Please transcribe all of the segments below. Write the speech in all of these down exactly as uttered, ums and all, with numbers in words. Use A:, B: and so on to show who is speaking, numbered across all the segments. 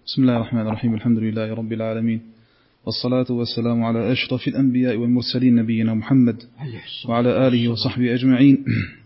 A: بسم الله الرحمن الرحيم. الحمد لله رب العالمين، والصلاة والسلام على أشرف الأنبياء والمرسلين نبينا محمد وعلى آله وصحبه أجمعين.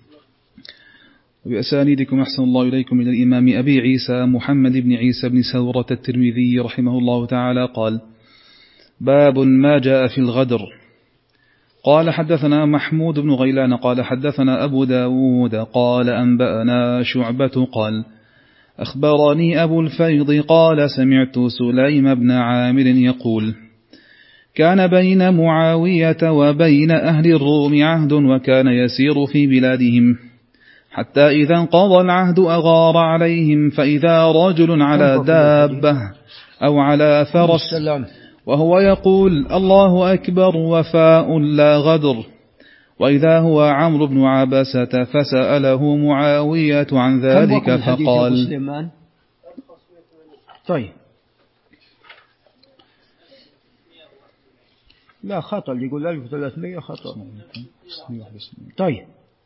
A: وبأسانيدكم أحسن الله إليكم إلى الإمام أبي عيسى محمد بن عيسى بن سورة الترمذي رحمه الله تعالى قال: باب ما جاء في الغدر. قال: حدثنا محمود بن غيلان قال حدثنا أبو داود قال أنبأنا شعبة قال: أخبرني أبو الفيض قال: سمعت سليم بن عامر يقول: كان بين معاوية وبين أهل الروم عهد، وكان يسير في بلادهم، حتى إذا انقضى العهد أغار عليهم، فإذا رجل على دابة أو على فرس وهو يقول: الله أكبر وفاء لا غدر، وإذا هو عمرو بن عبسة، فسأله معاوية عن ذلك فقال:
B: طيب لا خطأ، اللي يقول ألف وثلاثمائة خطأ. طيب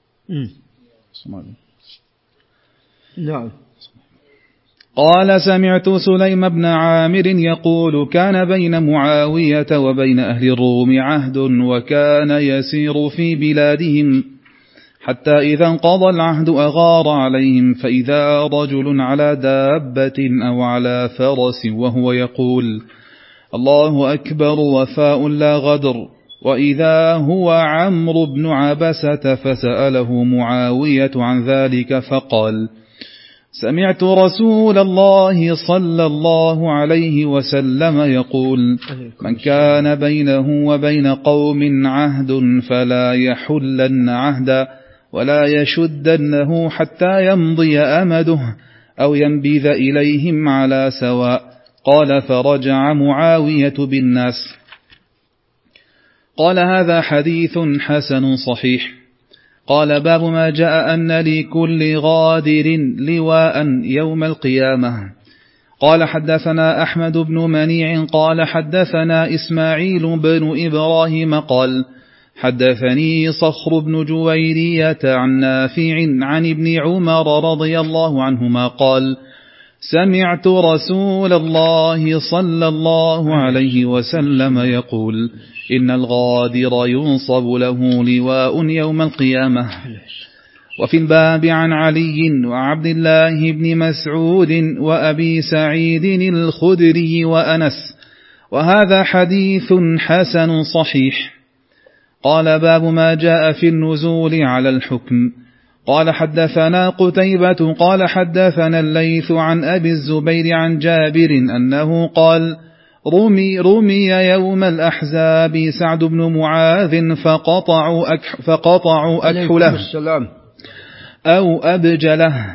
B: نعم.
A: قال: سمعت سليم بن عامر يقول: كان بين معاوية وبين أهل الروم عهد، وكان يسير في بلادهم، حتى إذا انقضى العهد أغار عليهم، فإذا رجل على دابة أو على فرس وهو يقول: الله أكبر وفاء لا غدر، وإذا هو عمرو بن عبسة، فسأله معاوية عن ذلك فقال: سمعت رسول الله صلى الله عليه وسلم يقول: من كان بينه وبين قوم عهد فلا يحلن عهدا ولا يشدنه حتى يمضي أمده أو ينبذ إليهم على سواء. قال: فرجع معاوية بالناس. قال: هذا حديث حسن صحيح. قال: باب ما جاء أن لكل غادر لواء يوم القيامة. قال: حدثنا أحمد بن منيع قال حدثنا إسماعيل بن إبراهيم قال: حدثني صخر بن جويرية عن نافع عن ابن عمر رضي الله عنهما قال: سمعت رسول الله صلى الله عليه وسلم يقول: إن الغادر ينصب له لواء يوم القيامة. وفي الباب عن علي وعبد الله بن مسعود وأبي سعيد الخدري وأنس، وهذا حديث حسن صحيح. قال: باب ما جاء في النزول على الحكم. قال: حدثنا قتيبة قال حدثنا الليث عن أبي الزبير عن جابر أنه قال: رمي, رمي يوم الأحزاب سعد بن معاذ فقطعوا, أكح فقطعوا أكحله أو أبجله،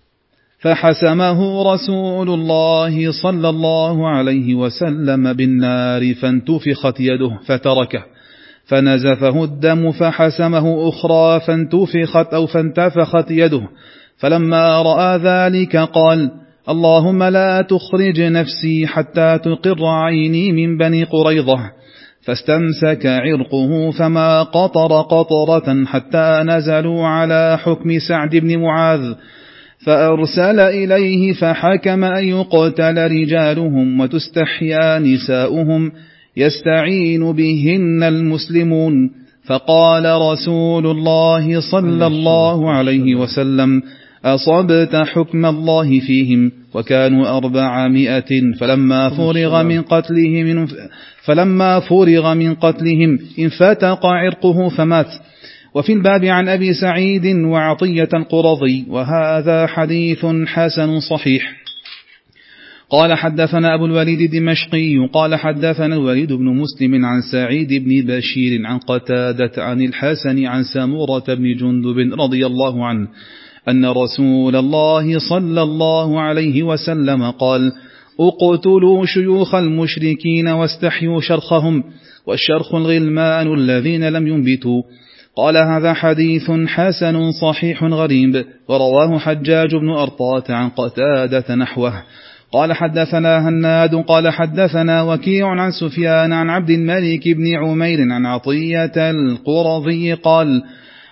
A: فحسمه رسول الله صلى الله عليه وسلم بالنار، فانتفخت يده فتركه، فنزفه الدم فحسمه أخرى فانتفخت أو فانتفخت يده، فلما رأى ذلك قال: اللهم لا تخرج نفسي حتى تقر عيني من بني قريظة، فاستمسك عرقه فما قطر قطرة حتى نزلوا على حكم سعد بن معاذ، فأرسل إليه فحكم أن يقتل رجالهم وتستحيا نساؤهم يستعين بهن المسلمون. فقال رسول الله صلى الله عليه وسلم: أصبت حكم الله فيهم، وكانوا أربعمائة، فلما فرغ من قتلهم فلما فرغ من قتلهم انفتق عرقه فمات. وفي الباب عن أبي سعيد وعطية القرظي، وهذا حديث حسن صحيح. قال: حدثنا أبو الوليد الدمشقي قال حدثنا الوليد بن مسلم عن سعيد بن بشير عن قتادة عن الحسن عن سمورة بن جندب رضي الله عنه أن رسول الله صلى الله عليه وسلم قال: اقتلوا شيوخ المشركين واستحيوا شرخهم، والشرخ الغلمان الذين لم ينبتوا. قال: هذا حديث حسن صحيح غريب، ورواه حجاج بن أرطاة عن قتادة نحوه. قال: حدثنا هناد قال حدثنا وكيع عن سفيان عن عبد الملك بن عمير عن عطية القرظي قال: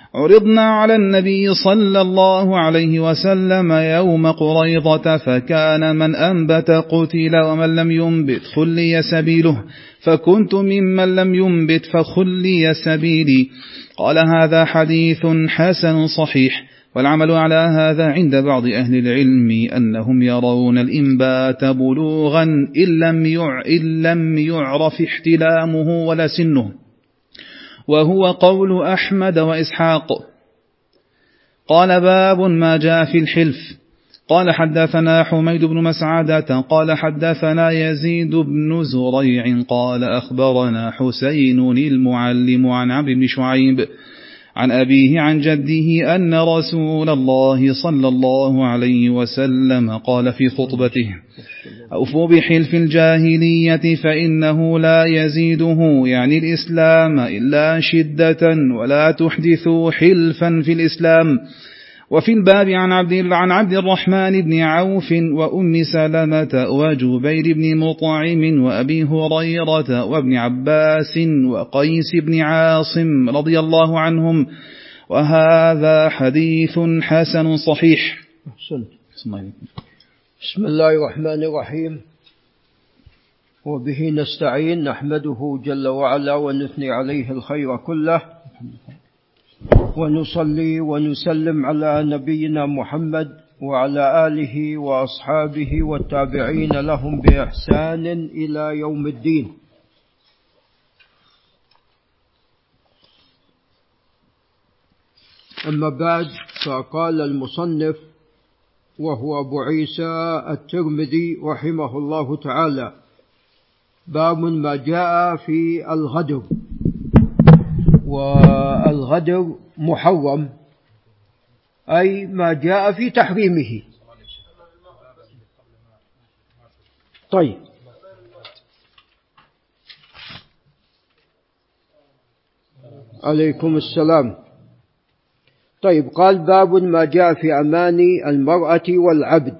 A: عرضنا على النبي صلى الله عليه وسلم يوم قريضة فكان من أنبت قتل ومن لم ينبت خلي سبيله، فكنت ممن لم ينبت فخلي سبيلي. قال هذا حديث حسن صحيح، والعمل على هذا عند بعض أهل العلم أنهم يرون الإنبات بلوغا إن لم, يع... إن لم يعرف احتلامه ولا سنه، وهو قول أحمد وإسحاق. قال باب ما جاء في الحلف. قال حدثنا حميد بن مسعدة قال حدثنا يزيد بن زريع قال أخبرنا حسين المعلم عن عبد بن شعيب عن أبيه عن جده أن رسول الله صلى الله عليه وسلم قال في خطبته: أوفوا بحلف الجاهلية فإنه لا يزيده، يعني الإسلام، إلا شدة، ولا تحدثوا حلفا في الإسلام. وفي الباب عن عبد, عن عبد الرحمن بن عوف وأم سلمة وجبير بن مطعم وأبي هريرة وابن عباس وقيس بن عاصم رضي الله عنهم، وهذا حديث حسن صحيح.
B: بسم الله الرحمن الرحيم، وبه نستعين، نحمده جل وعلا ونثني عليه الخير كله، ونصلي ونسلم على نبينا محمد وعلى آله وأصحابه والتابعين لهم بإحسان إلى يوم الدين. أما بعد، فقال المصنف وهو أبو عيسى الترمذي رحمه الله تعالى: باب ما جاء في الغدر. والغدر محرم، أي ما جاء في تحريمه. طيب، عليكم السلام. طيب، قال باب ما جاء في أمان المرأة والعبد.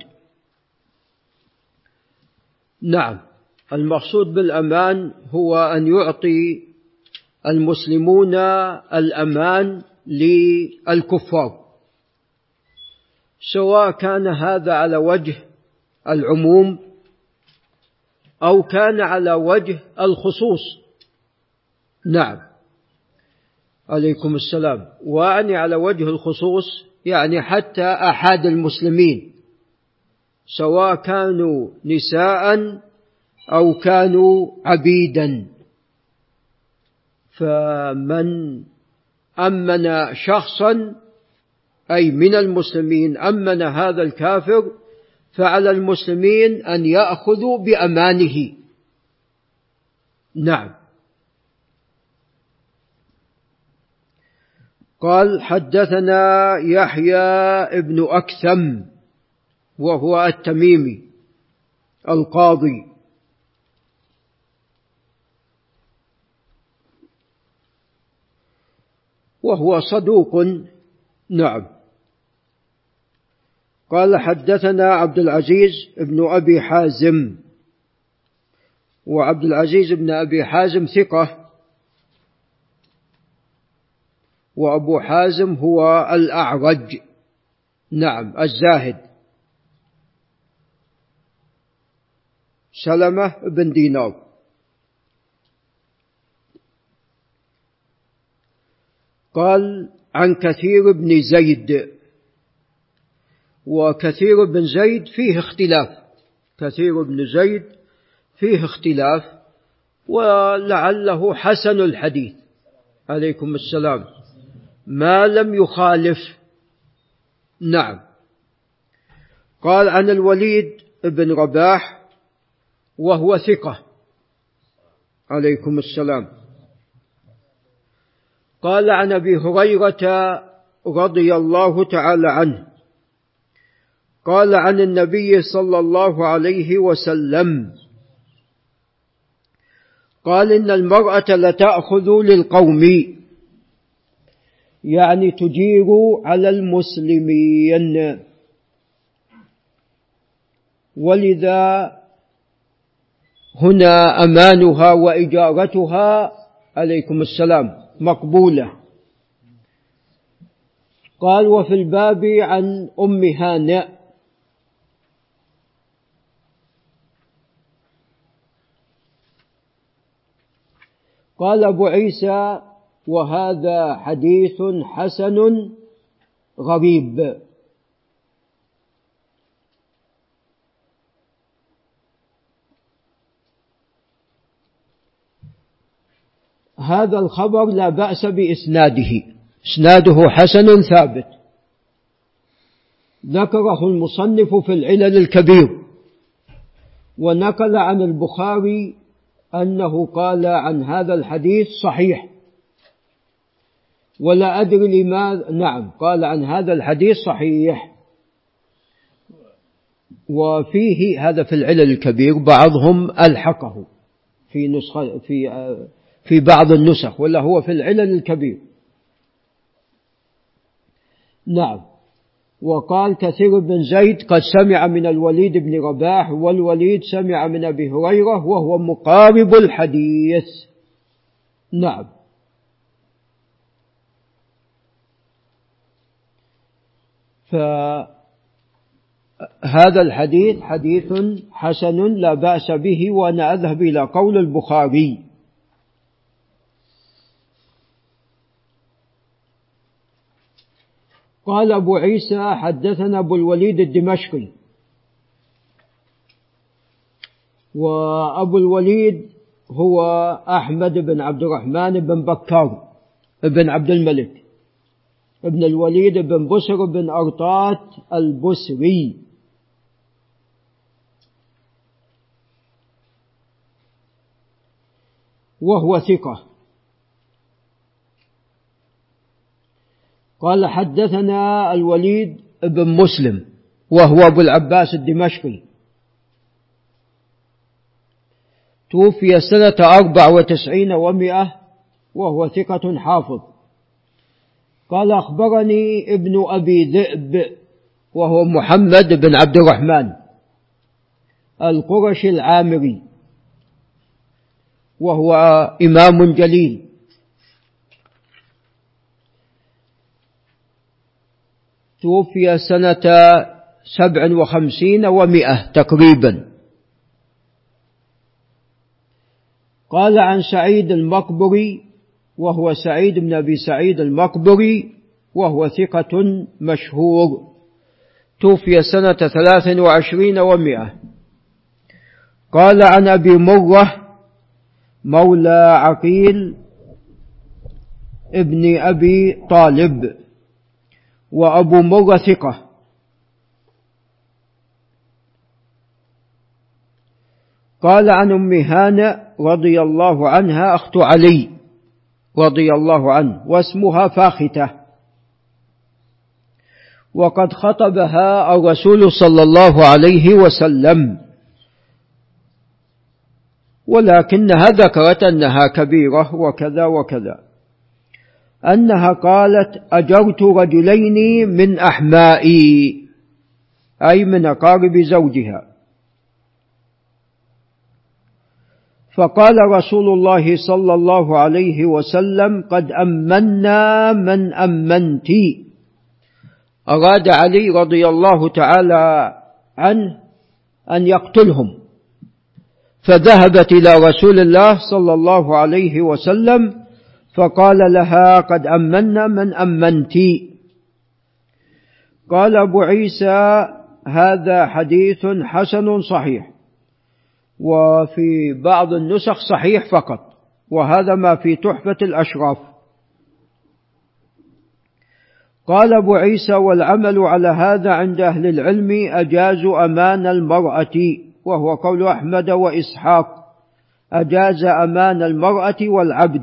B: نعم، المقصود بالأمان هو أن يعطي المسلمون الأمان للكفار، سواء كان هذا على وجه العموم أو كان على وجه الخصوص. نعم، عليكم السلام. وأعني على وجه الخصوص يعني حتى أحد المسلمين، سواء كانوا نساء أو كانوا عبيدا. فمن أمن شخصا أي من المسلمين أمن هذا الكافر، فعلى المسلمين أن يأخذوا بأمانه. نعم. قال حدثنا يحيى ابن أكثم وهو التميمي القاضي، وهو صدوق. نعم. قال حدثنا عبد العزيز ابن أبي حازم، وعبد العزيز ابن أبي حازم ثقة، وأبو حازم هو الأعرج. نعم، الزاهد، سلمة بن دينار. قال عن كثير بن زيد، وكثير بن زيد فيه اختلاف، كثير بن زيد فيه اختلاف، ولعله حسن الحديث. عليكم السلام، ما لم يخالف. نعم. قال عن الوليد بن رباح وهو ثقة. عليكم السلام. قال عن أبي هريرة رضي الله تعالى عنه قال عن النبي صلى الله عليه وسلم قال إن المرأة لتأخذ للقوم، يعني تجير على المسلمين، ولذا هنا أمانها وإجارتها عليكم السلام مقبولة. قال: وفي الباب عن أم هانئ قال أبو عيسى: وهذا حديث حسن غريب. هذا الخبر لا بأس بإسناده، إسناده حسن ثابت، ذكره المصنف في العلل الكبير، ونقل عن البخاري أنه قال عن هذا الحديث صحيح، ولا أدري لماذا. نعم، قال عن هذا الحديث صحيح. وفيه هذا في العلل الكبير، بعضهم ألحقه في نسخة في في بعض النسخ، ولا هو في العلل الكبير. نعم. وقال كثير بن زيد: قد سمع من الوليد بن رباح، والوليد سمع من أبي هريرة، وهو مقارب الحديث. نعم. فهذا الحديث حديث حسن لا بأس به، وأنا أذهب إلى قول البخاري. قال أبو عيسى: حدثنا أبو الوليد الدمشقي. وأبو الوليد هو أحمد بن عبد الرحمن بن بكار بن عبد الملك ابن الوليد بن بسر بن أرطات البسري، وهو ثقة. قال: حدثنا الوليد بن مسلم، وهو أبو العباس الدمشقي، توفي سنة أربع وتسعين ومئة، وهو ثقة حافظ. قال: أخبرني ابن أبي ذئب، وهو محمد بن عبد الرحمن القرشي العامري، وهو إمام جليل، توفي سنة سبع وخمسين ومئة تقريبا. قال: عن سعيد المقبري، وهو سعيد بن أبي سعيد المقبري، وهو ثقة مشهور، توفي سنة ثلاث وعشرين ومئة. قال: عن أبي مرة مولى عقيل ابن أبي طالب، وأبو مرة ثقة. قال: عن أم هانئ رضي الله عنها أخت علي رضي الله عنه، واسمها فاختة، وقد خطبها الرسول صلى الله عليه وسلم، ولكنها ذكرت أنها كبيرة وكذا وكذا، أنها قالت: أجرت رجلين من أحمائي، أي من أقارب زوجها، فقال رسول الله صلى الله عليه وسلم: قد أمنا من أمنتي. أراد علي رضي الله تعالى عنه أن يقتلهم، فذهبت إلى رسول الله صلى الله عليه وسلم فقال لها: قد أمنا من أمنتي. قال أبو عيسى: هذا حديث حسن صحيح، وفي بعض النسخ صحيح فقط، وهذا ما في تحفة الأشراف. قال أبو عيسى: والعمل على هذا عند أهل العلم أجاز أمان المرأة، وهو قول أحمد وإسحاق، أجاز أمان المرأة والعبد.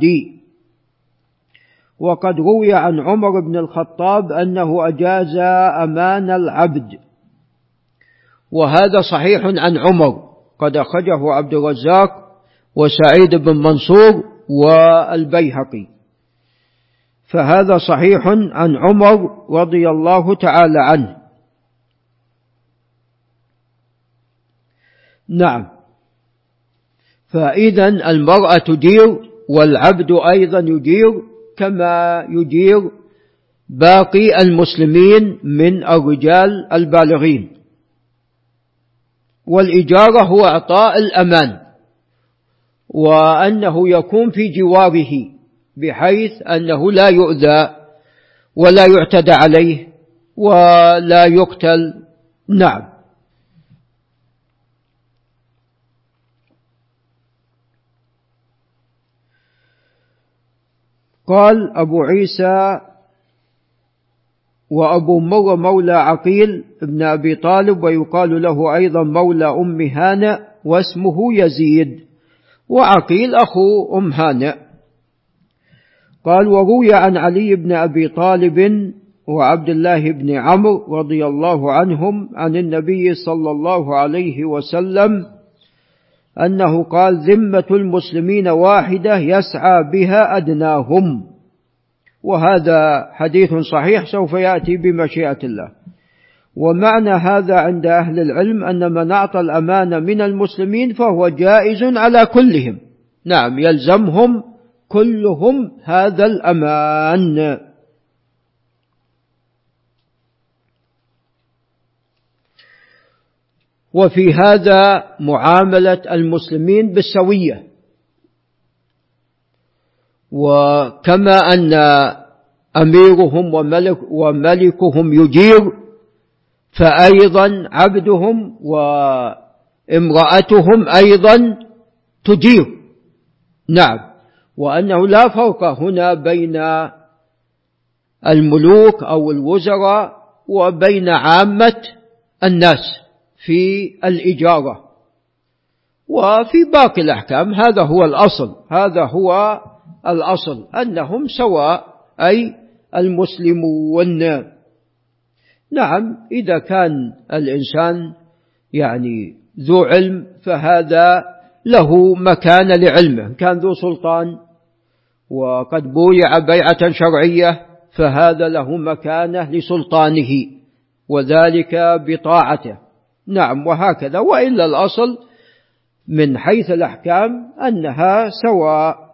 B: وقد روي عن عمر بن الخطاب أنه أجاز أمان العبد، وهذا صحيح عن عمر، قد أخرجه عبد الرزاق وسعيد بن منصور والبيهقي، فهذا صحيح عن عمر رضي الله تعالى عنه. نعم. فإذا المرأة تجير، والعبد أيضا يجير، كما يجير باقي المسلمين من الرجال البالغين. والإجارة هو إعطاء الأمان، وأنه يكون في جواره بحيث أنه لا يؤذى ولا يعتدى عليه ولا يقتل. نعم. قال أبو عيسى: وأبو مرة مولى عقيل ابن أبي طالب، ويقال له أيضا مولى أم هانئ، واسمه يزيد، وعقيل أخو أم هانئ. قال: وروي عن علي بن أبي طالب وعبد الله بن عمرو رضي الله عنهم عن النبي صلى الله عليه وسلم أنه قال: ذمة المسلمين واحدة يسعى بها أدناهم. وهذا حديث صحيح سوف يأتي بمشيئة الله. ومعنى هذا عند أهل العلم أن من أعطى الأمانة من المسلمين فهو جائز على كلهم. نعم، يلزمهم كلهم هذا الأمان. وفي هذا معاملة المسلمين بالسوية، وكما أن أميرهم وملك وملكهم يجير، فأيضا عبدهم وامرأتهم أيضا تجير. نعم. وأنه لا فرق هنا بين الملوك أو الوزراء وبين عامة الناس في الإجارة. وفي باقي الأحكام هذا هو الأصل، هذا هو الأصل أنهم سواء، أي المسلمون. نعم، إذا كان الإنسان يعني ذو علم فهذا له مكان لعلمه، كان ذو سلطان وقد بويع بيعة شرعية فهذا له مكانه لسلطانه وذلك بطاعته. نعم، وهكذا. وإلا الأصل من حيث الأحكام أنها سواء.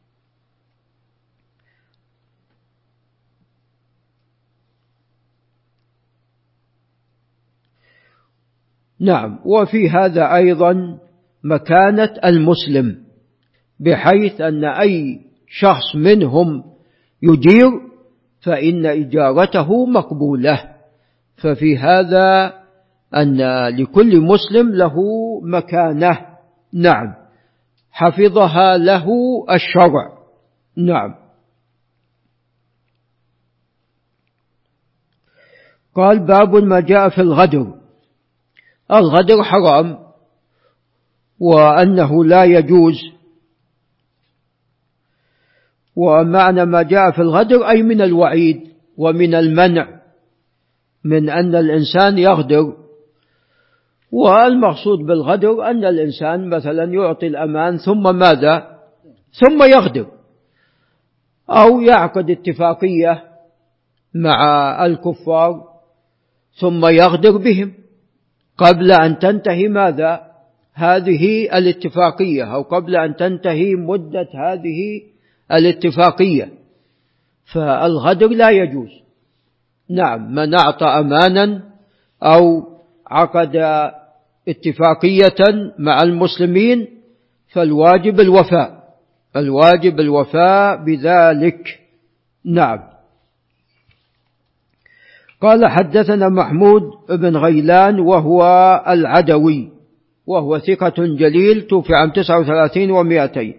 B: نعم. وفي هذا أيضا مكانة المسلم، بحيث أن أي شخص منهم يجير فإن إجارته مقبولة. ففي هذا أن لكل مسلم له مكانة، نعم، حفظها له الشرع. نعم. قال: باب ما جاء في الغدر. الغدر حرام، وأنه لا يجوز. ومعنى ما جاء في الغدر أي من الوعيد ومن المنع من أن الإنسان يغدر. والمقصود بالغدر أن الإنسان مثلا يعطي الأمان ثم ماذا؟ ثم يغدر، أو يعقد اتفاقية مع الكفار ثم يغدر بهم قبل أن تنتهي ماذا؟ هذه الاتفاقية، أو قبل أن تنتهي مدة هذه الاتفاقية. فالغدر لا يجوز. نعم، من أعطى أمانا أو عقد اتفاقية مع المسلمين فالواجب الوفاء، الواجب الوفاء بذلك. نعم. قال: حدثنا محمود بن غيلان وهو العدوي، وهو ثقة جليل، توفي عام تسعة وثلاثين ومائتين.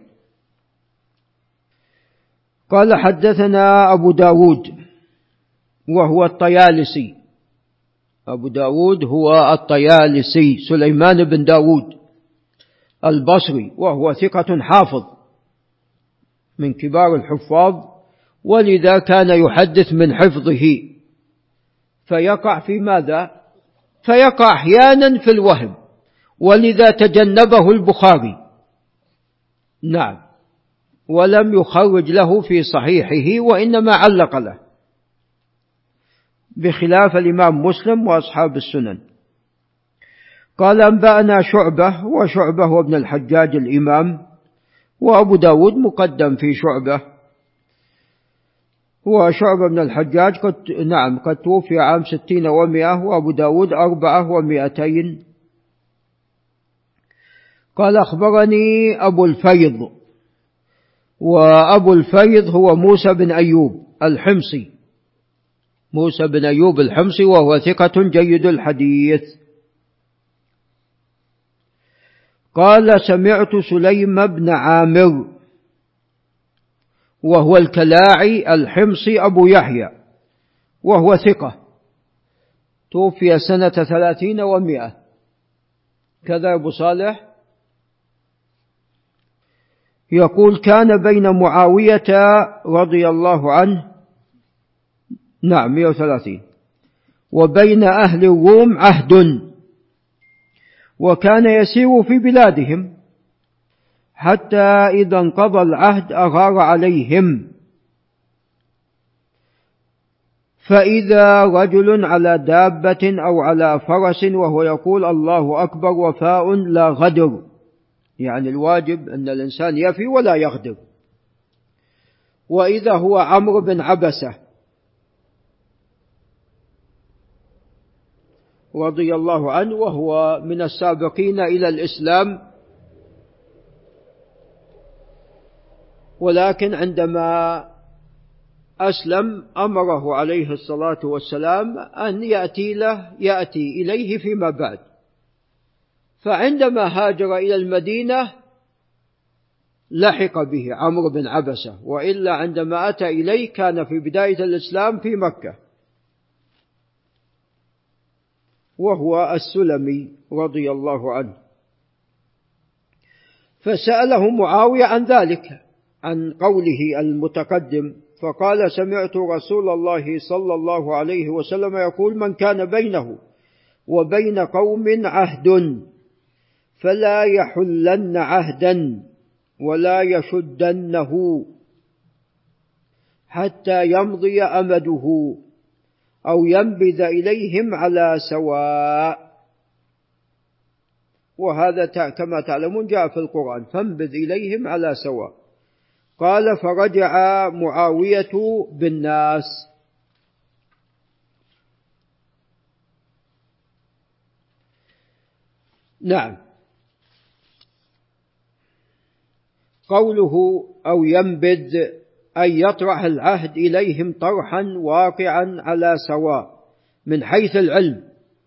B: قال: حدثنا أبو داود وهو الطيالسي. أبو داود هو الطيالسي سليمان بن داود البصري، وهو ثقة حافظ من كبار الحفاظ، ولذا كان يحدث من حفظه فيقع في ماذا؟ فيقع أحيانا في الوهم، ولذا تجنبه البخاري. نعم، ولم يخرج له في صحيحه وإنما علق له، بخلاف الإمام مسلم وأصحاب السنن. قال: أنبأنا شعبة، وشعبة هو ابن الحجاج الإمام، وأبو داود مقدم في شعبة. وشعبة بن الحجاج قد نعم قد توفي عام ستين ومئة، وأبو داود أربعة ومئتين. قال أخبرني أبو الفيض، وأبو الفيض هو موسى بن أيوب الحمصي، موسى بن أيوب الحمصي، وهو ثقة جيد الحديث. قال سمعت سليم بن عامر وهو الكلاعي الحمصي أبو يحيى، وهو ثقة، توفي سنة ثلاثين ومئة. كذا أبو صالح يقول كان بين معاوية رضي الله عنه نعم مئة وثلاثين وبين أهل الروم عهد، وكان يسير في بلادهم حتى إذا انقضى العهد أغار عليهم، فإذا رجل على دابة أو على فرس وهو يقول الله أكبر وفاء لا غدر، يعني الواجب أن الإنسان يفي ولا يغدر. وإذا هو عمرو بن عبسة رضي الله عنه، وهو من السابقين إلى الإسلام، ولكن عندما أسلم أمره عليه الصلاة والسلام أن يأتي له يأتي إليه فيما بعد. فعندما هاجر إلى المدينة لحق به عمرو بن عبسة، وإلا عندما أتى إليه كان في بداية الإسلام في مكة، وهو السلمي رضي الله عنه. فسأله معاوية عن ذلك، عن قوله المتقدم، فقال سمعت رسول الله صلى الله عليه وسلم يقول من كان بينه وبين قوم عهد فلا يحلن عهدا ولا يشدنه حتى يمضي أمده أو ينبذ إليهم على سواء. وهذا كما تعلمون جاء في القرآن فانبذ إليهم على سواء. قال فرجع معاوية بالناس. نعم، قوله أو ينبذ أي يطرح العهد إليهم طرحا واقعا على سواء من حيث العلم،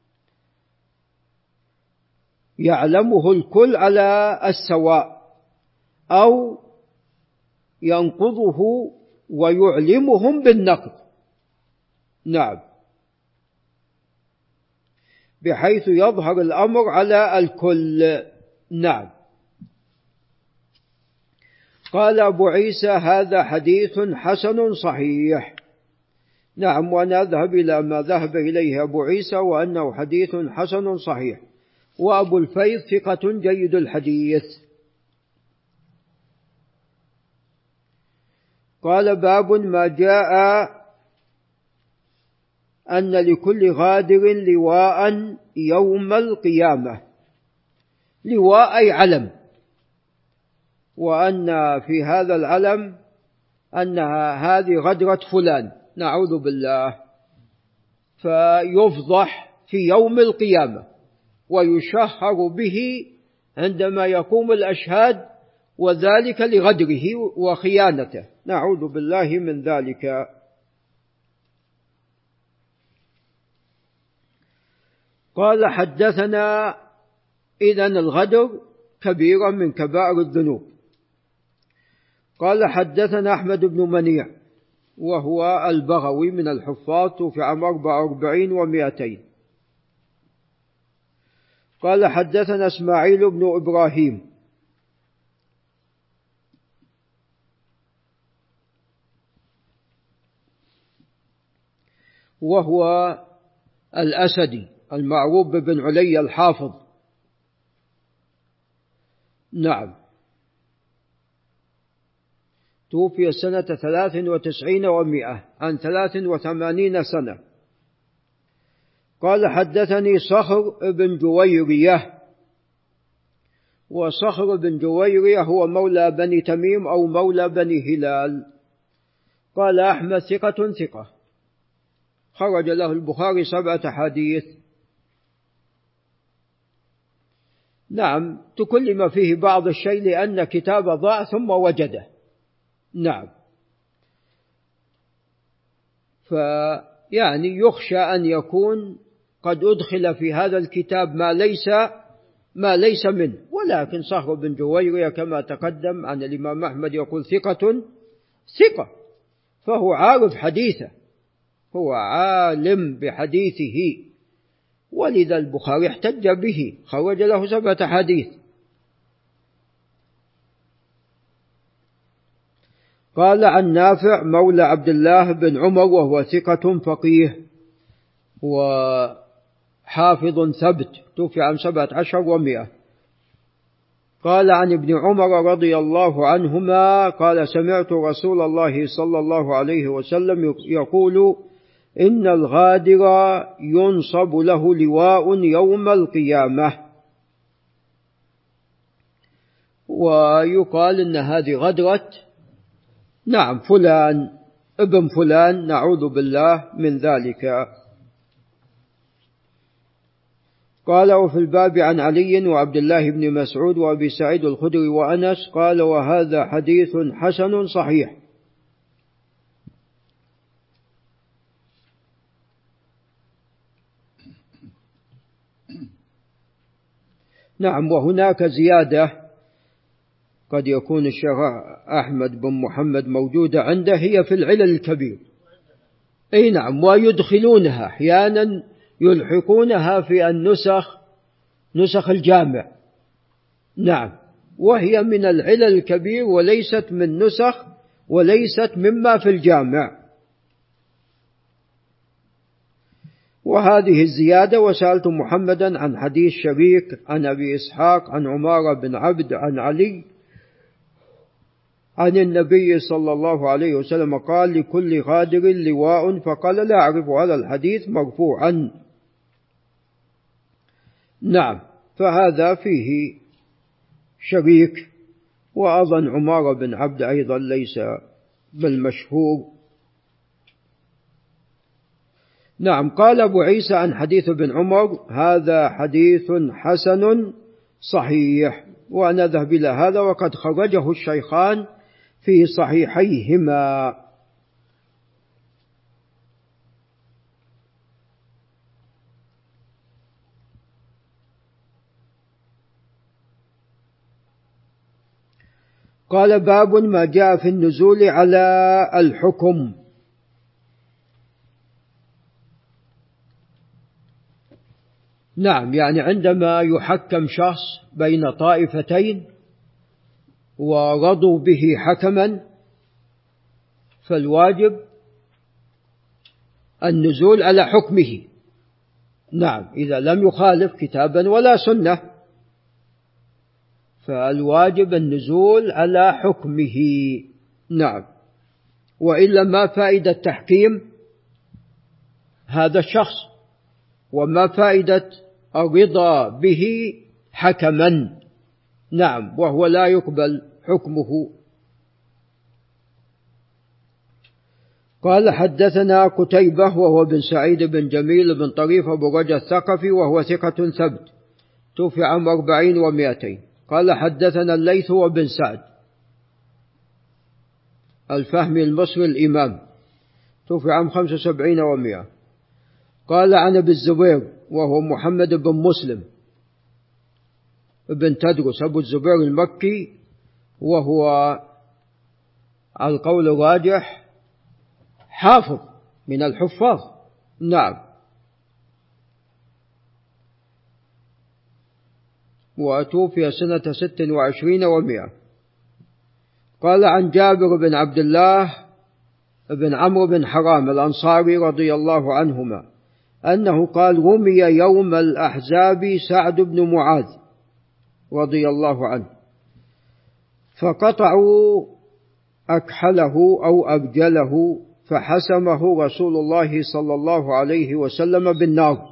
B: يعلمه الكل على السواء، أو ينقضه ويعلمهم بالنقض. نعم، بحيث يظهر الأمر على الكل. نعم. قال أبو عيسى هذا حديث حسن صحيح. نعم، ونذهب إلى ما ذهب إليه أبو عيسى وأنه حديث حسن صحيح. وأبو الفيض ثقة جيد الحديث. قال باب ما جاء أن لكل غادر لواء يوم القيامة. لواء أي علم، وأن في هذا العلم أنها هذه غدرة فلان، نعوذ بالله، فيفضح في يوم القيامة ويشهر به عندما يقوم الأشهاد، وذلك لغدره وخيانته، نعوذ بالله من ذلك. قال حدثنا إذن الغدر كبيرا من كبائر الذنوب. قال حدثنا أحمد بن منيع وهو البغوي من الحفاظ، في عام أربعة وأربعين ومئتين. قال حدثنا إسماعيل بن إبراهيم وهو الأسدي المعروف بن علي الحافظ. نعم، توفي سنة ثلاث وتسعين ومئة، عن ثلاث وثمانين سنة. قال حدثني صخر بن جويرية، وصخر بن جويرية هو مولى بني تميم أو مولى بني هلال، قال أحمد ثقة ثقة، خرج له البخاري سبعة حديث. نعم، تكلم فيه بعض الشيء لأن كتاب ضاع ثم وجده. نعم، فيعني يخشى أن يكون قد أدخل في هذا الكتاب ما ليس ما ليس منه، ولكن صخر بن جويرية كما تقدم عن الإمام أحمد يقول ثقة ثقة، فهو عارف حديثه، هو عالم بحديثه، ولذا البخاري احتج به، خرج له سبعة حديث. قال عن نافع مولى عبد الله بن عمر وهو ثقة فقيه وحافظ ثبت، توفي عن سبعة عشر ومئة. قال عن ابن عمر رضي الله عنهما قال سمعت رسول الله صلى الله عليه وسلم يقول إن الغادر ينصب له لواء يوم القيامة، ويقال إن هذه غدرة نعم فلان ابن فلان، نعوذ بالله من ذلك. قال وفي الباب عن علي وعبد الله بن مسعود وأبي سعيد الخدري وأنس. قال وهذا حديث حسن صحيح. نعم، وهناك زيادة قد يكون الشيخ أحمد بن محمد موجودة عنده، هي في العلل الكبير. أي نعم، ويدخلونها أحيانا يلحقونها في النسخ نسخ الجامع. نعم، وهي من العلل الكبير وليست من نسخ وليست مما في الجامع. وهذه الزيادة وسألت محمدا عن حديث شبيك عن أبي إسحاق عن عمارة بن عبد عن علي عن النبي صلى الله عليه وسلم قال لكل غادر لواء، فقال لا أعرف هذا الحديث مرفوعا. نعم، فهذا فيه شريك، وأظن عمارة بن عبد أيضا ليس بالمشهور. نعم. قال أبو عيسى عن حديث ابن عمر هذا حديث حسن صحيح، ونذهب إلى هذا وقد خرجه الشيخان في صحيحيهما. قال باب ما جاء في النزول على الحكم. نعم، يعني عندما يحكم شخص بين طائفتين ورضوا به حكما، فالواجب النزول على حكمه. نعم، إذا لم يخالف كتابا ولا سنة فالواجب النزول على حكمه. نعم، وإلا ما فائدة تحكيم هذا الشخص، وما فائدة الرضا به حكما. نعم، وهو لا يقبل حكمه. قال حدثنا قتيبة وهو بن سعيد بن جميل بن طريف أبو رجا الثقفي وهو ثقة ثبت، توفي عام أربعين ومائتين. قال حدثنا الليث وبن سعد الفهمي المصري الإمام، توفي عام خمسة وسبعين ومائة. قال عن أبي الزبير وهو محمد بن مسلم بن تدرس أبو الزبير المكي، وهو على القول الراجح حافظ من الحفاظ. نعم، وتوفي سنة ست وعشرين ومائة. قال عن جابر بن عبد الله بن عمرو بن حرام الأنصاري رضي الله عنهما أنه قال رمي يوم الأحزاب سعد بن معاذ رضي الله عنه، فقطعوا أكحله أو أبجله، فحسمه رسول الله صلى الله عليه وسلم بالنار.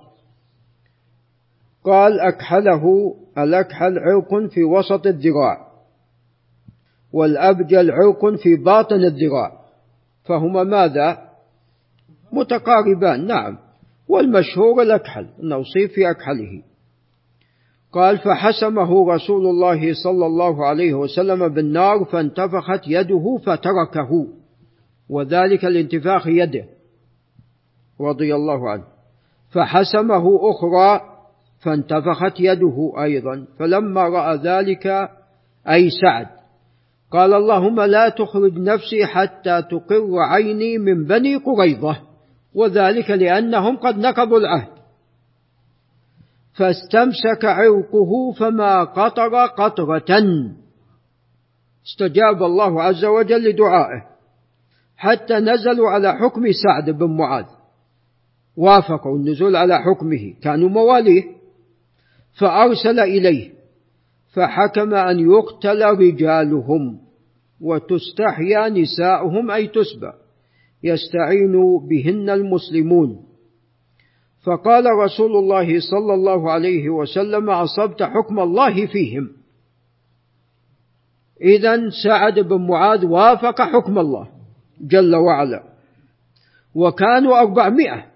B: قال أكحله، الأكحل عرق في وسط الذراع، والأبجل عرق في باطن الذراع، فهما ماذا؟ متقاربان. نعم. والمشهور الأكحل، أنه أصيب في أكحله. قال فحسمه رسول الله صلى الله عليه وسلم بالنار فانتفخت يده فتركه، وذلك لانتفاخ يده رضي الله عنه. فحسمه أخرى فانتفخت يده أيضا، فلما رأى ذلك أي سعد قال اللهم لا تخرج نفسي حتى تقر عيني من بني قريظة، وذلك لأنهم قد نقضوا العهد. فاستمسك عرقه فما قطر قطرة، استجاب الله عز وجل لدعائه حتى نزلوا على حكم سعد بن معاذ، وافقوا النزول على حكمه، كانوا مواليه. فأرسل إليه فحكم أن يقتل رجالهم وتستحيا نساؤهم أي تسبى، يستعين بهن المسلمون. فقال رسول الله صلى الله عليه وسلم أصبت حكم الله فيهم. إذن سعد بن معاذ وافق حكم الله جل وعلا، وكانوا أربعمائة،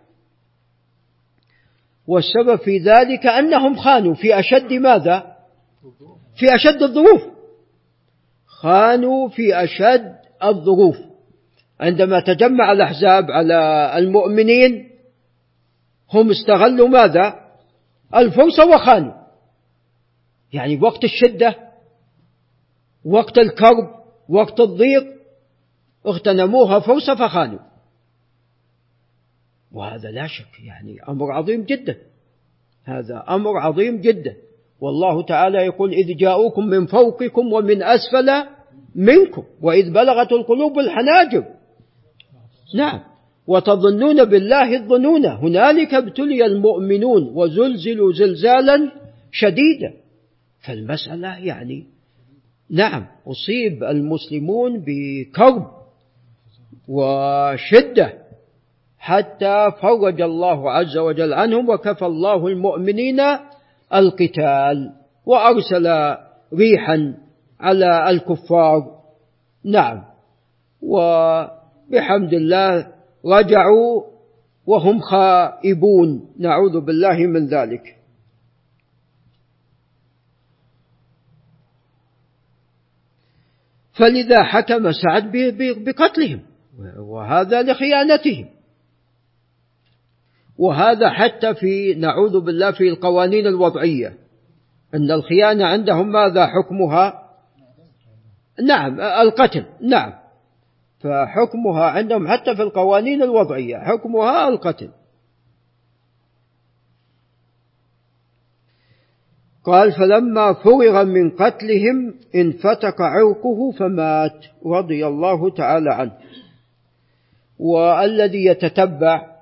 B: والسبب في ذلك أنهم خانوا في أشد ماذا؟ في أشد الظروف، خانوا في أشد الظروف. عندما تجمع الأحزاب على المؤمنين هم استغلوا ماذا؟ الفرصة وخانوا، يعني وقت الشدة، وقت الكرب، وقت الضيق اغتنموها فرصة فخانوا، وهذا لا شك يعني أمر عظيم جدا، هذا أمر عظيم جدا. والله تعالى يقول إذ جاءوكم من فوقكم ومن أسفل منكم وإذ بلغت القلوب الحناجر. نعم. وتظنون بالله الظنون هنالك ابتلي المؤمنون وزلزلوا زلزالا شديدا. فالمسألة يعني نعم أصيب المسلمون بكرب وشدة حتى فرج الله عز وجل عنهم، وكفى الله المؤمنين القتال وأرسل ريحا على الكفار. نعم. وبحمد الله رجعوا وهم خائبون، نعوذ بالله من ذلك. فلذا حكم سعد بقتلهم، وهذا لخيانتهم. وهذا حتى في نعوذ بالله في القوانين الوضعية، أن الخيانة عندهم ماذا حكمها؟ نعم القتل. نعم. فحكمها عندهم حتى في القوانين الوضعية حكمها القتل. قال فلما فرغ من قتلهم انفتق عرقه فمات رضي الله تعالى عنه. والذي يتتبع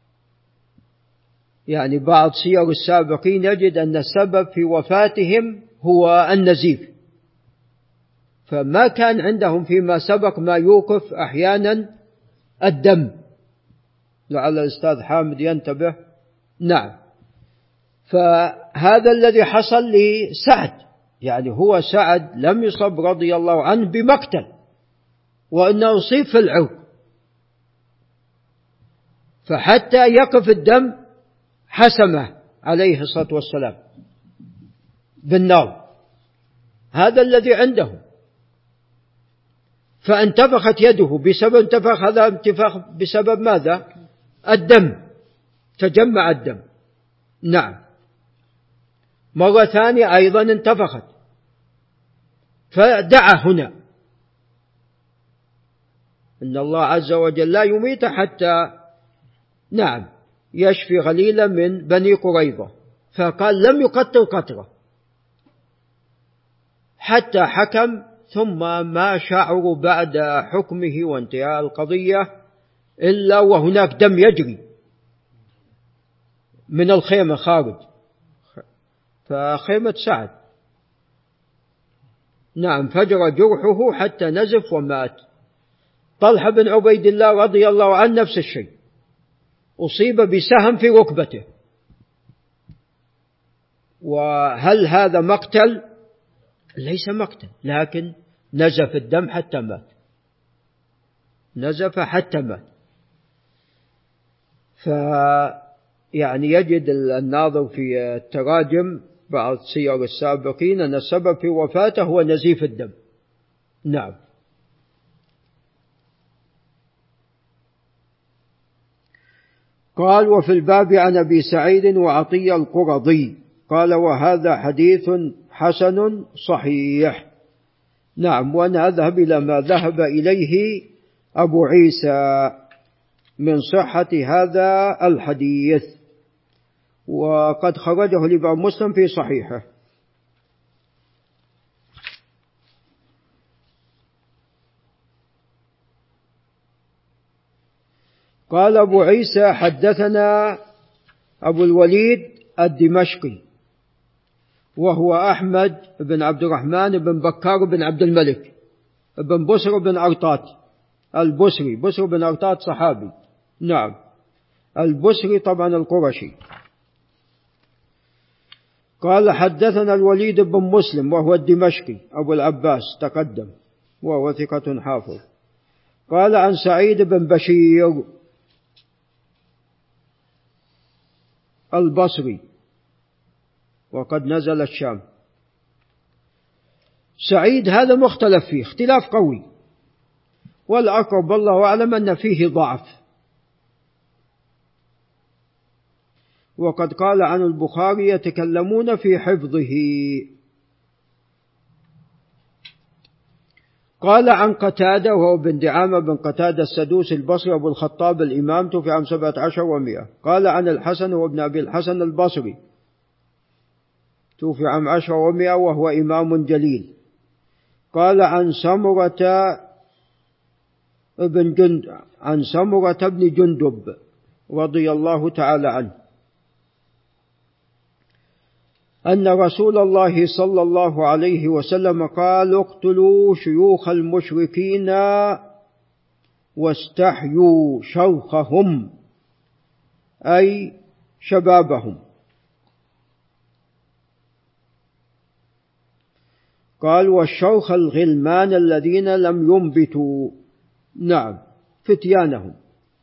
B: يعني بعض سير السابقين يجد أن السبب في وفاتهم هو النزيف، فما كان عندهم فيما سبق ما يوقف أحيانا الدم. لعل الأستاذ حامد ينتبه. نعم. فهذا الذي حصل لسعد، يعني هو سعد لم يصب رضي الله عنه بمقتل، وأنه أصيب في العرق، فحتى يقف الدم حسمه عليه الصلاة والسلام بالنار، هذا الذي عنده. فانتفخت يده بسبب انتفخ هذا انتفاخ بسبب ماذا؟ الدم، تجمع الدم. نعم. مرة ثانية أيضا انتفخت، فدعا هنا إن الله عز وجل لا يميت حتى نعم يشفي غليلا من بني قريظة، فقال لم يقتل قتله حتى حكم، ثم ما شعروا بعد حكمه وانتهاء القضية إلا وهناك دم يجري من الخيمة خارج، فخيمة سعد نعم فجر جرحه حتى نزف ومات. طلحة بن عبيد الله رضي الله عنه نفس الشيء، أصيب بسهم في ركبته. وهل هذا مقتل؟ ليس مقتل، لكن نزف الدم حتى مات. نزف حتى مات. فيعني يجد الناظر في التراجم بعض سير السابقين أن السبب في وفاته هو نزيف الدم. نعم. قال وفي الباب عن أبي سعيد وعطية القرظي قال وهذا حديث حسن صحيح. نعم. وأنا أذهب إلى ما ذهب إليه أبو عيسى من صحة هذا الحديث، وقد خرجه الإمام مسلم في صحيحه. قال أبو عيسى حدثنا أبو الوليد الدمشقي وهو أحمد بن عبد الرحمن بن بكار بن عبد الملك بن بسر بن أرطات البسري. بسر بن أرطات صحابي. نعم. البسري طبعا القرشي. قال حدثنا الوليد بن مسلم وهو الدمشقي أبو العباس تقدم وهو ثقة حافظ. قال عن سعيد بن بشير البصري وقد نزل الشام. سعيد هذا مختلف فيه اختلاف قوي، والأقرب والله أعلم أن فيه ضعف. وقد قال عن البخاري يتكلمون في حفظه. قال عن قتادة وهو بن دعامة بن قتادة السدوس البصري أبو الخطاب الإمام توفي عام سبعة عشر ومئة. قال عن الحسن وابن أبي الحسن البصري توفي عام عشر ومئة وهو إمام جليل. قال عن سمرة ابن جند عن سمرة بن جندب رضي الله تعالى عنه أن رسول الله صلى الله عليه وسلم قال اقتلوا شيوخ المشركين واستحيوا شوخهم أي شبابهم. قال والشوخ الغلمان الذين لم ينبتوا. نعم فتيانهم.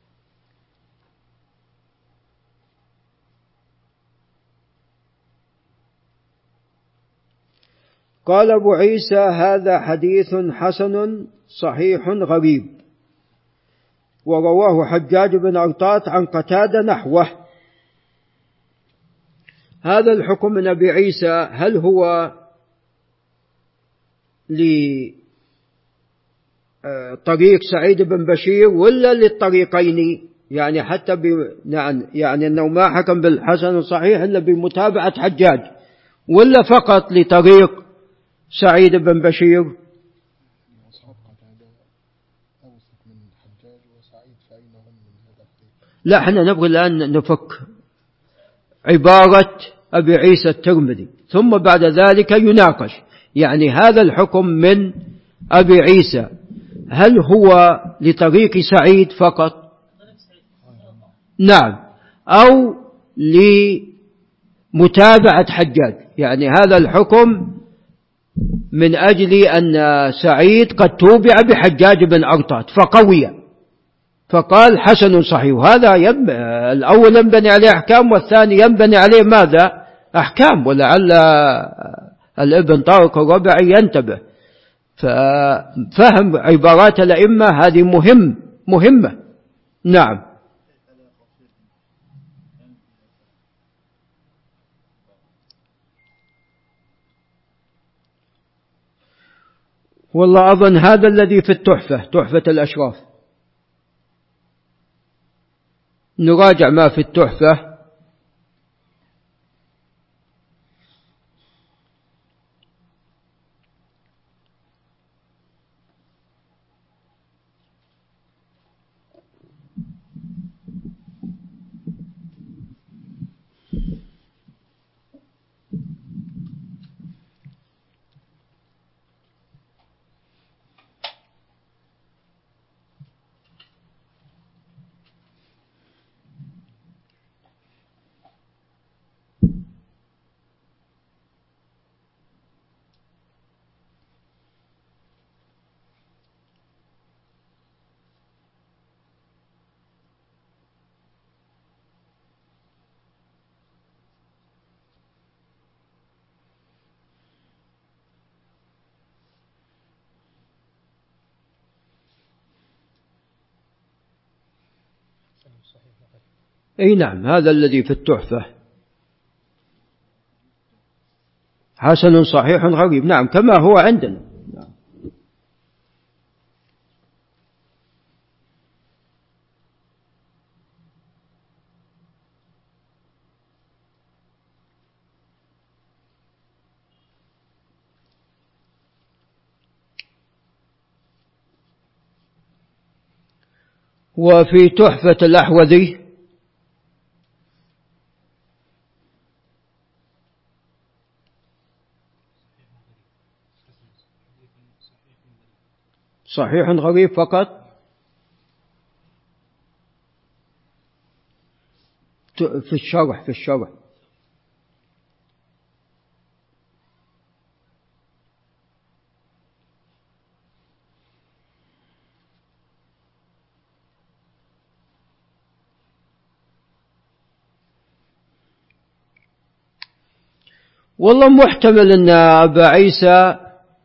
B: قال أبو عيسى هذا حديث حسن صحيح غريب. ورواه حجاج بن أرطات عن قتادة نحوه. هذا الحكم من أبي عيسى هل هو لطريق سعيد بن بشير ولا للطريقين؟ يعني حتى ب... يعني أنه ما حكم بالحسن صحيح إلا بمتابعة حجاج، ولا فقط لطريق سعيد بن بشير؟ لا احنا نبغي الآن نفك عبارة أبي عيسى الترمذي ثم بعد ذلك يناقش. يعني هذا الحكم من أبي عيسى هل هو لطريق سعيد فقط؟ نعم. أو لمتابعة حجاج؟ يعني هذا الحكم من أجل أن سعيد قد توبع بحجاج بن أرطات فقوي فقال حسن صحيح. هذا يب... الأول ينبني عليه أحكام والثاني ينبني عليه ماذا؟ أحكام. ولعل الابن طارق الربعي ينتبه. ففهم عبارات الأئمة هذه مهم مهمة. نعم. والله أظن هذا الذي في التحفة تحفة الأشراف. نراجع ما في التحفة. أي نعم، هذا الذي في التحفة حسن صحيح غريب، نعم كما هو عندنا. نعم. وفي تحفة الأحوذي صحيح غريب فقط، في الشرح في الشرح والله محتمل أن أبا عيسى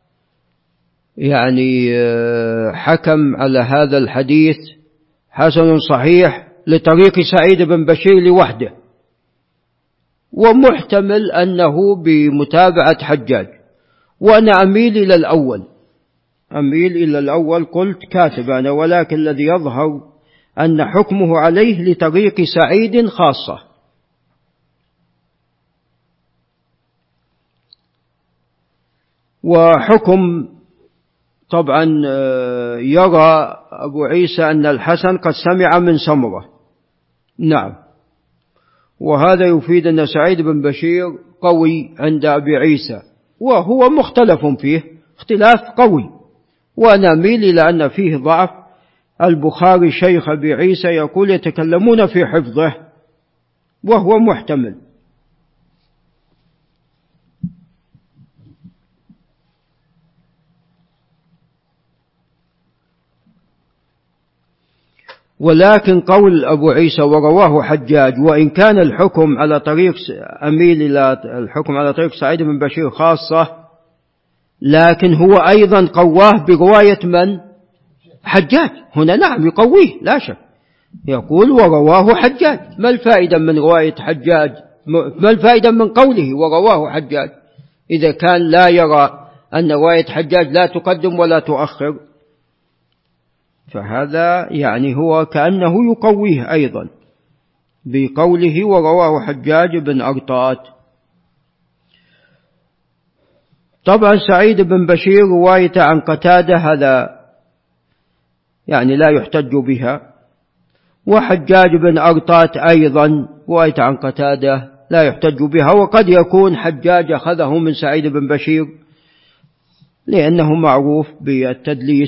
B: يعني حكم على هذا الحديث حسن صحيح لطريق سعيد بن بشير لوحده، ومحتمل أنه بمتابعة حجاج، وأنا أميل إلى الأول أميل إلى الأول قلت كاتب أنا، ولكن الذي يظهر أن حكمه عليه لطريق سعيد خاصة. وحكم طبعا يرى أبو عيسى أن الحسن قد سمع من سمرة، نعم، وهذا يفيد أن سعيد بن بشير قوي عند أبي عيسى، وهو مختلف فيه اختلاف قوي، وأنا أميل إلى أن فيه ضعف. البخاري شيخ أبي عيسى يقول يتكلمون في حفظه، وهو محتمل. ولكن قول أبو عيسى ورواه حجاج، وإن كان الحكم على طريق أميل إلى الحكم على طريق سعيد بن بشير خاصة، لكن هو أيضا قواه برواية من؟ حجاج. هنا نعم يقويه لا شك، يقول ورواه حجاج. ما الفائدة من رواية حجاج؟ ما الفائدة من قوله ورواه حجاج إذا كان لا يرى أن رواية حجاج لا تقدم ولا تؤخر؟ فهذا يعني هو كأنه يقويه أيضا بقوله ورواه حجاج بن أرطات. طبعا سعيد بن بشير رواية عن قتادة هذا يعني لا يحتج بها، وحجاج بن أرطات أيضا رواية عن قتادة لا يحتج بها، وقد يكون حجاج أخذه من سعيد بن بشير لأنه معروف بالتدليس.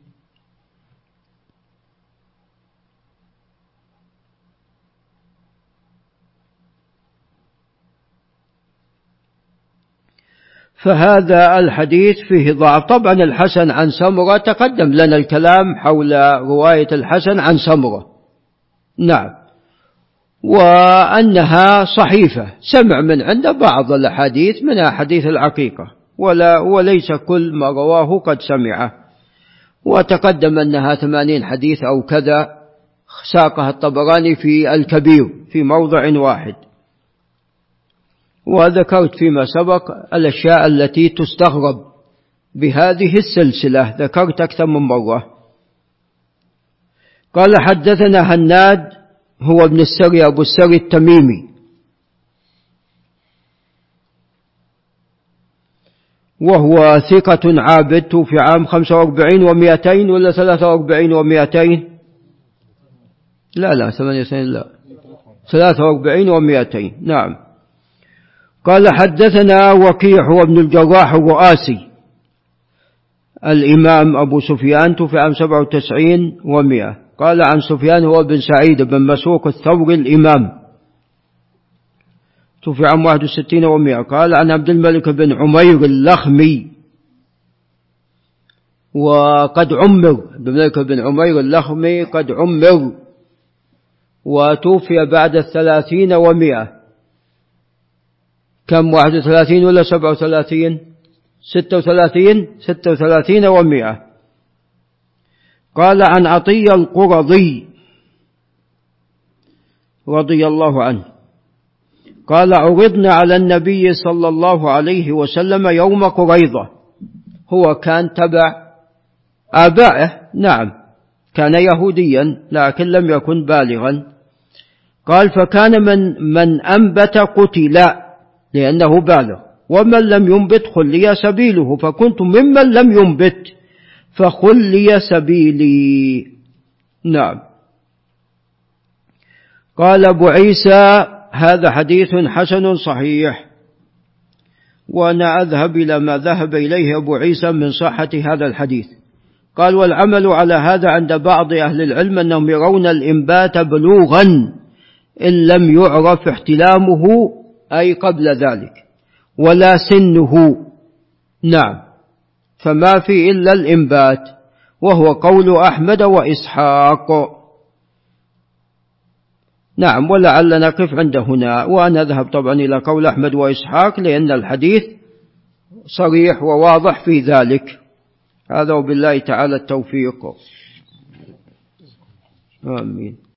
B: فهذا الحديث فيه ضعف. طبعا الحسن عن سمرة تقدم لنا الكلام حول رواية الحسن عن سمرة، نعم، وأنها صحيفة سمع من عند بعض الأحاديث منها حديث العقيقة، ولا وليس كل ما رواه قد سمعه. وتقدم أنها ثمانين حديث أو كذا، ساقها الطبراني في الكبير في موضع واحد. وذكرت فيما سبق الأشياء التي تستغرب بهذه السلسلة، ذكرت أكثر من مرة. قال حدثنا هناد هو ابن السري أبو السري التميمي، وهو ثقة عابد، توفي عام خمسة وأربعين ومئتين ولا ثلاثة وأربعين ومئتين؟ لا لا ثمانية وثلاثين لا ثلاثة وأربعين ومئتين، نعم. قال حدثنا وكيع هو ابن الجراح الرؤاسي الإمام أبو سفيان، توفي عام سبعة وتسعين ومئة. قال عن سفيان هو بن سعيد بن مسروق الثوري الإمام، توفي عام واحد وستين ومئة. قال عن عبد الملك بن عمير اللخمي، وقد عمر عبد الملك بن عمير اللخمي قد عمر، وتوفي بعد الثلاثين ومئة. كم؟ واحد وثلاثين ولا سبعة وثلاثين؟ ستة وثلاثين ستة وثلاثين ومئة. قال عن عطية القرظي رضي الله عنه قال عرضنا على النبي صلى الله عليه وسلم يوم قريظة. هو كان تبع آبائه، نعم كان يهوديا لكن لم يكن بالغا. قال فكان من, من أنبت قتل لأنه بالغ، ومن لم ينبت خلي سبيله، فكنت ممن لم ينبت فخلي سبيلي. نعم. قال أبو عيسى هذا حديث حسن صحيح، وأنا أذهب إلى ما ذهب إليه أبو عيسى من صحة هذا الحديث. قال والعمل على هذا عند بعض أهل العلم أنهم يرون الإنبات بلوغا إن لم يعرف احتلامه أي قبل ذلك ولا سنه. نعم، فما في إلا الإنبات، وهو قول أحمد وإسحاق. نعم، ولعل نقف عند هنا، وأنا أذهب طبعا إلى قول أحمد وإسحاق لأن الحديث صريح وواضح في ذلك. هذا وبالله تعالى التوفيق. آمين.